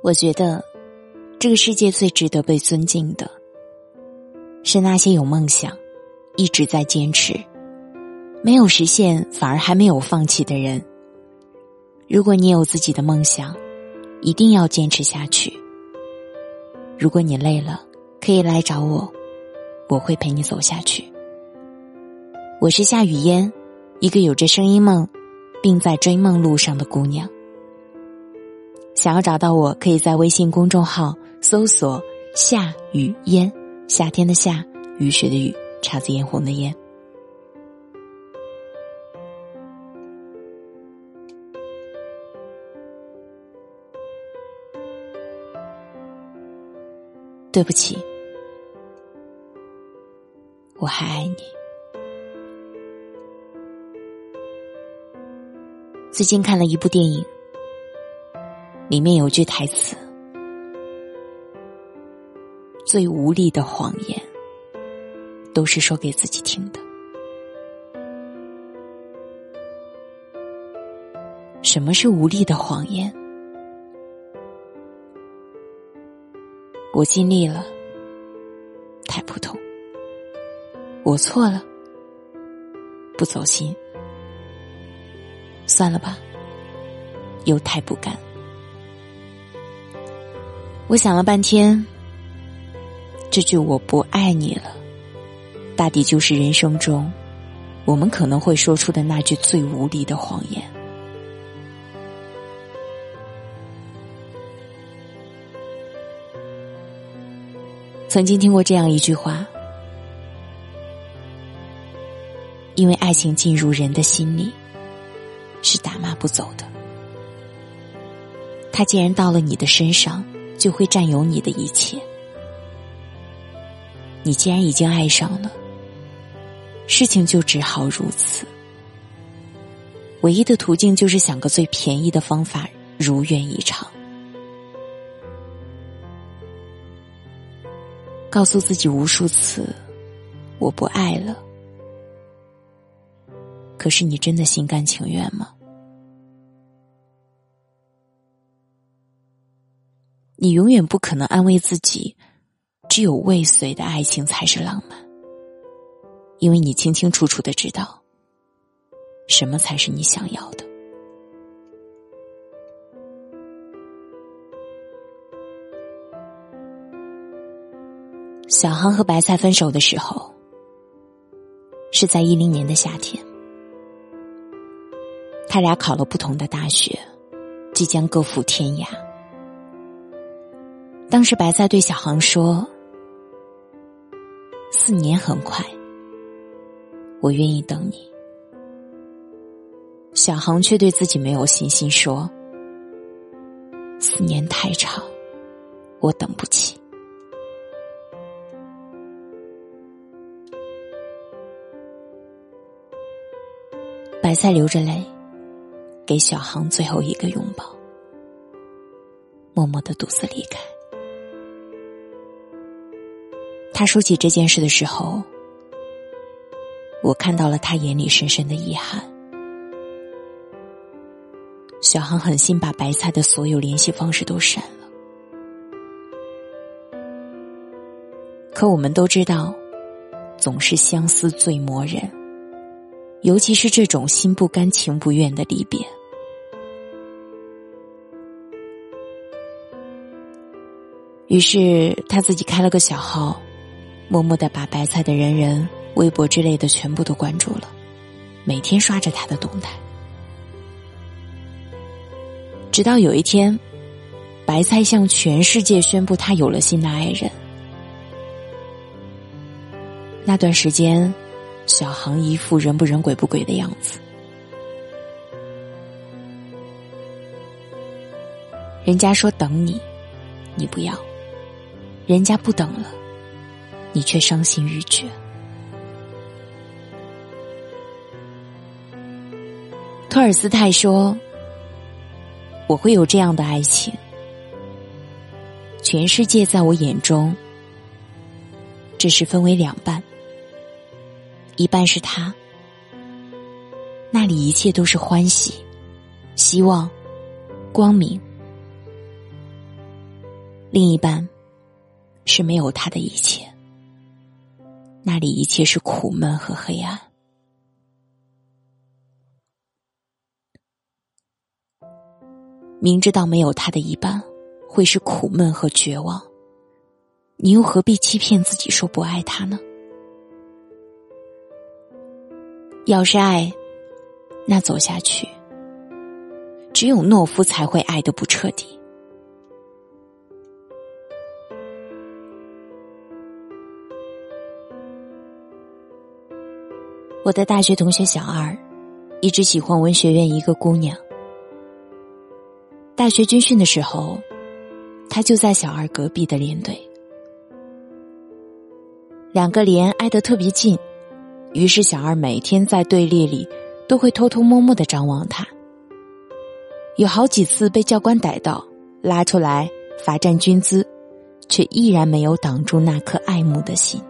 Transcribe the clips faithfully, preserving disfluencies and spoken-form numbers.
我觉得这个世界最值得被尊敬的是那些有梦想一直在坚持，没有实现反而还没有放弃的人。如果你有自己的梦想，一定要坚持下去。如果你累了，可以来找我，我会陪你走下去。我是夏雨嫣，一个有着声音梦并在追梦路上的姑娘。想要找到我，可以在微信公众号搜索夏雨嫣，夏天的夏，雨水的雨，姹紫嫣红的嫣。对不起，我还爱你。最近看了一部电影，里面有句台词：最无力的谎言都是说给自己听的。什么是无力的谎言？我尽力了，太普通；我错了，不走心。算了吧，又太不甘。我想了半天，这句我不爱你了，大抵就是人生中我们可能会说出的那句最无力的谎言。曾经听过这样一句话：因为爱情进入人的心里是打骂不走的，它既然到了你的身上，就会占有你的一切。你既然已经爱上了，事情就只好如此。唯一的途径就是想个最便宜的方法，如愿以偿。告诉自己无数次，我不爱了。可是你真的心甘情愿吗？你永远不可能安慰自己，只有未遂的爱情才是浪漫，因为你清清楚楚地知道，什么才是你想要的。小航和白菜分手的时候，是在一零年的夏天。他俩考了不同的大学，即将各赴天涯。当时白菜对小航说：四年很快，我愿意等你。小航却对自己没有信心，说：四年太长，我等不起。白菜流着泪给小航最后一个拥抱，默默地独自离开。他说起这件事的时候，我看到了他眼里深深的遗憾。小航狠心把白菜的所有联系方式都删了。可我们都知道，总是相思最磨人，尤其是这种心不甘情不愿的离别。于是他自己开了个小号，默默地把白菜的人人、微博之类的全部都关注了，每天刷着他的动态。直到有一天，白菜向全世界宣布他有了新的爱人。那段时间，小航一副人不人鬼不鬼的样子。人家说等你，你不要；人家不等了，你却伤心欲绝。托尔斯泰说：我会有这样的爱情，全世界在我眼中只是分为两半，一半是他，那里一切都是欢喜、希望、光明； 另一半是没有他的一切，那里一切是苦闷和黑暗。明知道没有他的一半会是苦闷和绝望，你又何必欺骗自己说不爱他呢？要是爱，那走下去，只有懦夫才会爱得不彻底。我的大学同学小二一直喜欢文学院一个姑娘，大学军训的时候，他就在小二隔壁的连队，两个连挨得特别近，于是小二每天在队列里都会偷偷摸摸地张望他，有好几次被教官逮到，拉出来罚站军姿，却依然没有挡住那颗爱慕的心。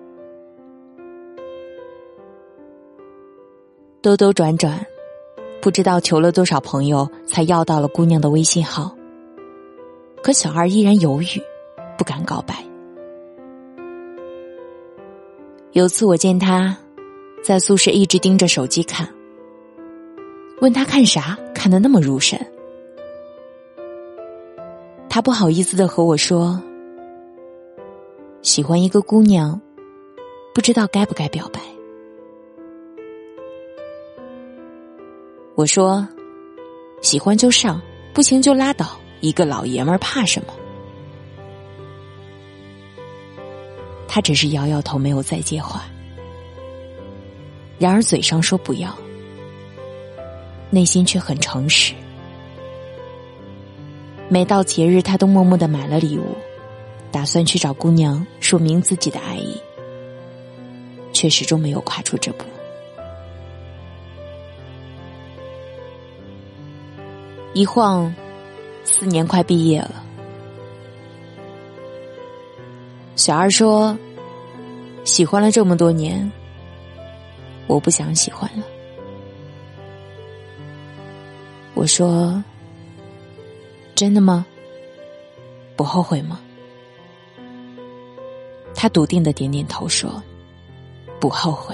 兜兜转转，不知道求了多少朋友才要到了姑娘的微信号，可小二依然犹豫，不敢告白。有次我见他在宿舍一直盯着手机看，问他看啥，看得那么入神。他不好意思地和我说，喜欢一个姑娘，不知道该不该表白。我说，喜欢就上，不行就拉倒，一个老爷们儿怕什么？他只是摇摇头，没有再接话。然而嘴上说不要，内心却很诚实。每到节日，他都默默地买了礼物，打算去找姑娘说明自己的爱意，却始终没有跨出这步。一晃，四年快毕业了。小二说，喜欢了这么多年，我不想喜欢了。我说，真的吗？不后悔吗？他笃定地点点头说，不后悔。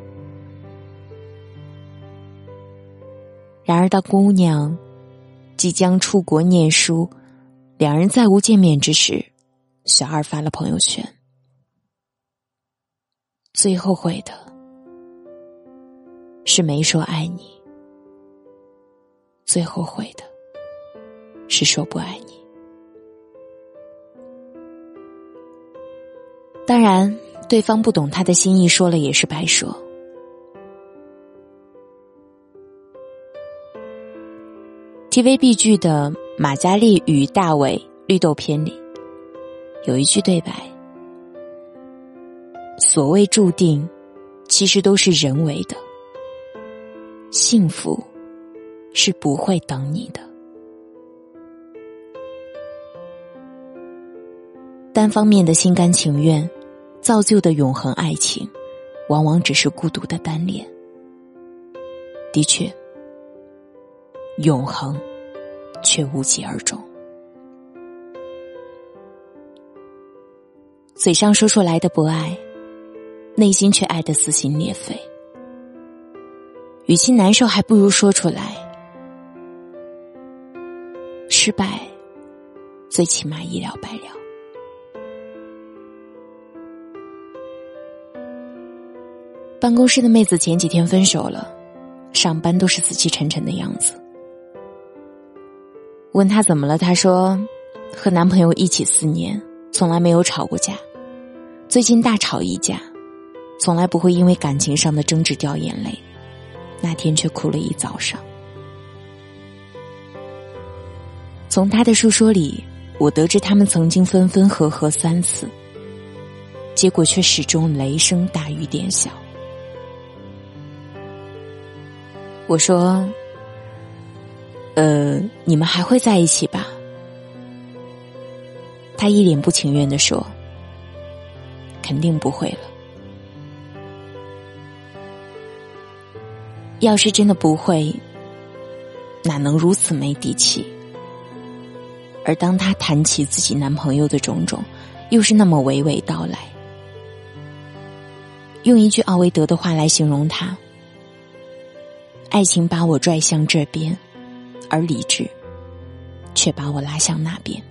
然而当姑娘即将出国念书，两人再无见面之时，小二发了朋友圈，最后悔的是没说爱你，最后悔的是说不爱你。当然，对方不懂他的心意，说了也是白说。T V B 剧的《马嘉祺与大伟绿豆篇》里有一句对白，所谓注定，其实都是人为的，幸福是不会等你的。单方面的心甘情愿造就的永恒爱情，往往只是孤独的单恋。的确，永恒却无疾而终。嘴上说出来的不爱，内心却爱得撕心裂肺。与其难受，还不如说出来。失败，最起码一了百了。办公室的妹子前几天分手了，上班都是死气沉沉的样子。问她怎么了，她说和男朋友一起四年，从来没有吵过架，最近大吵一架，从来不会因为感情上的争执掉眼泪，那天却哭了一早上。从她的述说里，我得知他们曾经分分合合三次，结果却始终雷声大雨点小。我说，呃，你们还会在一起吧？他一脸不情愿地说，肯定不会了。要是真的不会，哪能如此没底气？ 而当她谈起自己男朋友的种种，又是那么娓娓道来。用一句奥维德的话来形容他：爱情把我拽向这边，而理智却把我拉向那边。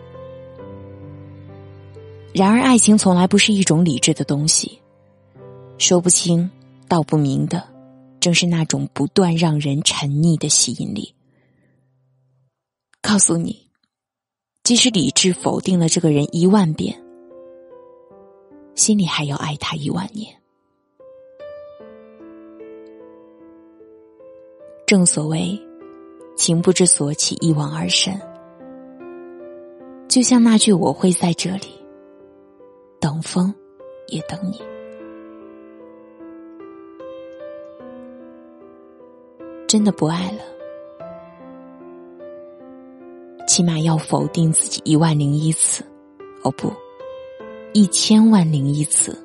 然而爱情从来不是一种理智的东西，说不清道不明的正是那种不断让人沉溺的吸引力。告诉你，即使理智否定了这个人一万遍，心里还要爱他一万年。正所谓情不知所起，一往而深。就像那句我会在这里等风也等你。真的不爱了，起码要否定自己一万零一次，哦不，一千万零一次。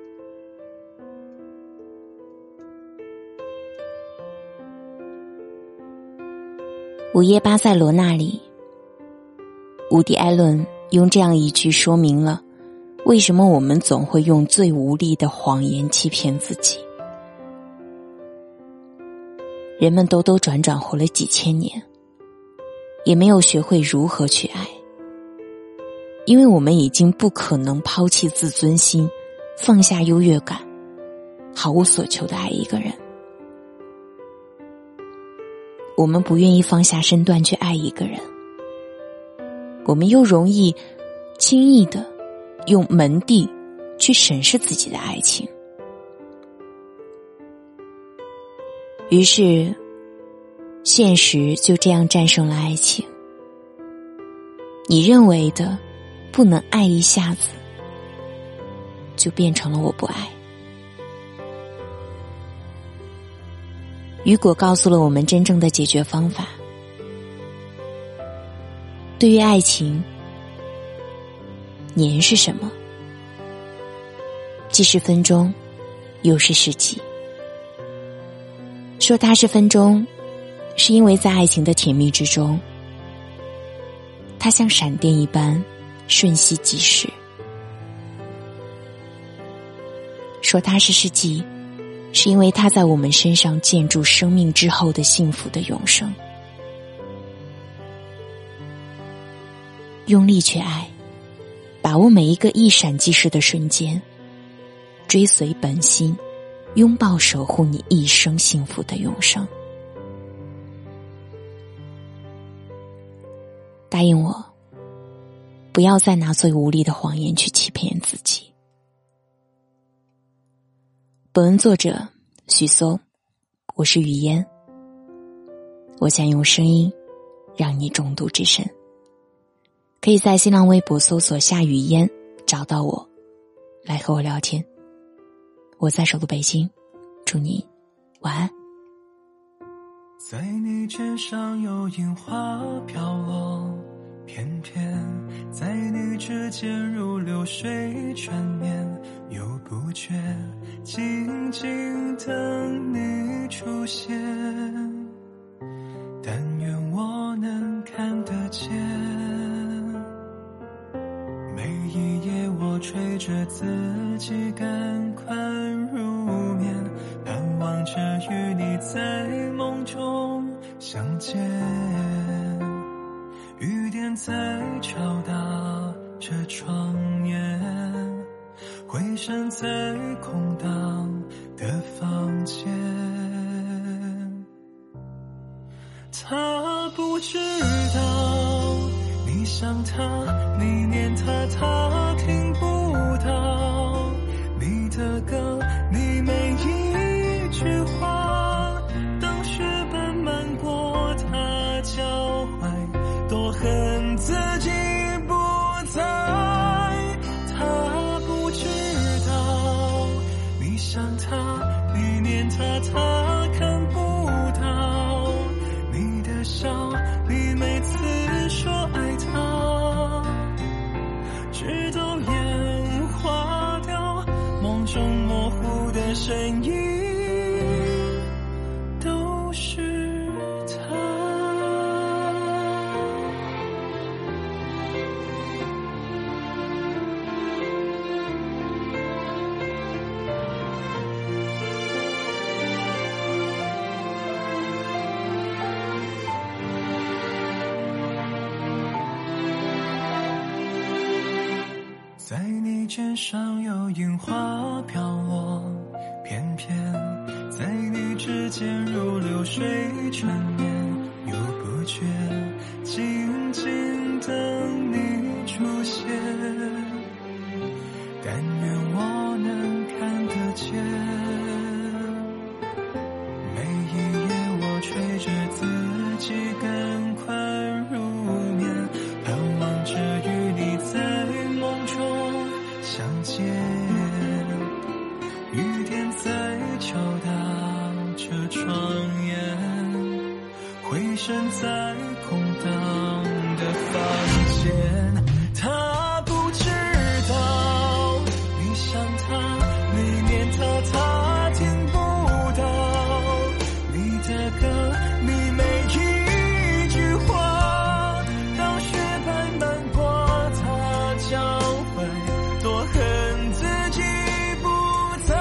午夜巴塞罗那里，伍迪·艾伦用这样一句说明了为什么我们总会用最无力的谎言欺骗自己。人们兜兜转转活了几千年，也没有学会如何去爱，因为我们已经不可能抛弃自尊心，放下优越感，毫无所求地爱一个人。我们不愿意放下身段去爱一个人，我们又容易轻易地用门第去审视自己的爱情。于是现实就这样战胜了爱情。你认为的不能爱一下子，就变成了我不爱。雨果告诉了我们真正的解决方法。对于爱情，年是什么？既是分钟，又是世纪。说它是分钟，是因为在爱情的甜蜜之中，它像闪电一般瞬息即逝。说它是世纪，是因为它在我们身上建筑生命之后的幸福的永生。用力去爱，把握每一个一闪即逝的瞬间，追随本心，拥抱守护你一生幸福的永生。答应我，不要再拿最无力的谎言去欺骗自己。本文作者许嵩，我是雨嫣，我想用声音让你中毒之深。可以在新浪微博搜索夏雨嫣找到我，来和我聊天。我在首都北京，祝你晚安。 在你肩上有樱花飘落，偏偏在你指尖如流水缠绵，又不觉静静等你出现。但愿我能看得见，每一夜我吹着自己赶快入眠，盼望着与你在梦中相见。雨点在敲打着窗沿，回声在空荡的房间。他不知道你想他，你念他，他听不到你的歌，你每一句话当雪般漫过他脚踝，多恨自己不在。他不知道你想他，你念他，他看不到你的笑，你每次说爱他，直到眼花掉，梦中模糊的身影都是他。 肩上有樱花飘落，偏偏在你指尖如流水缠绵，又不觉静静等你出现。但愿我能看得见，每一夜我吹着自己更快入眠，盼望着与你在梦中相见。雨点在敲打着窗沿，回声在空荡的房间。他不知道你想他，你念他，他听不到你的歌，你每一句话让雪白漫过他脚踝，多恨自己不在。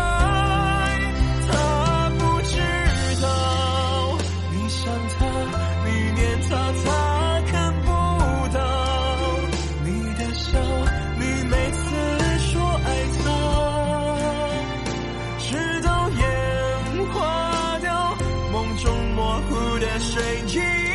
他不知道你想他，你念他，他看不到你的笑，你每次说爱他，直到眼花掉，梦中模糊的水晶。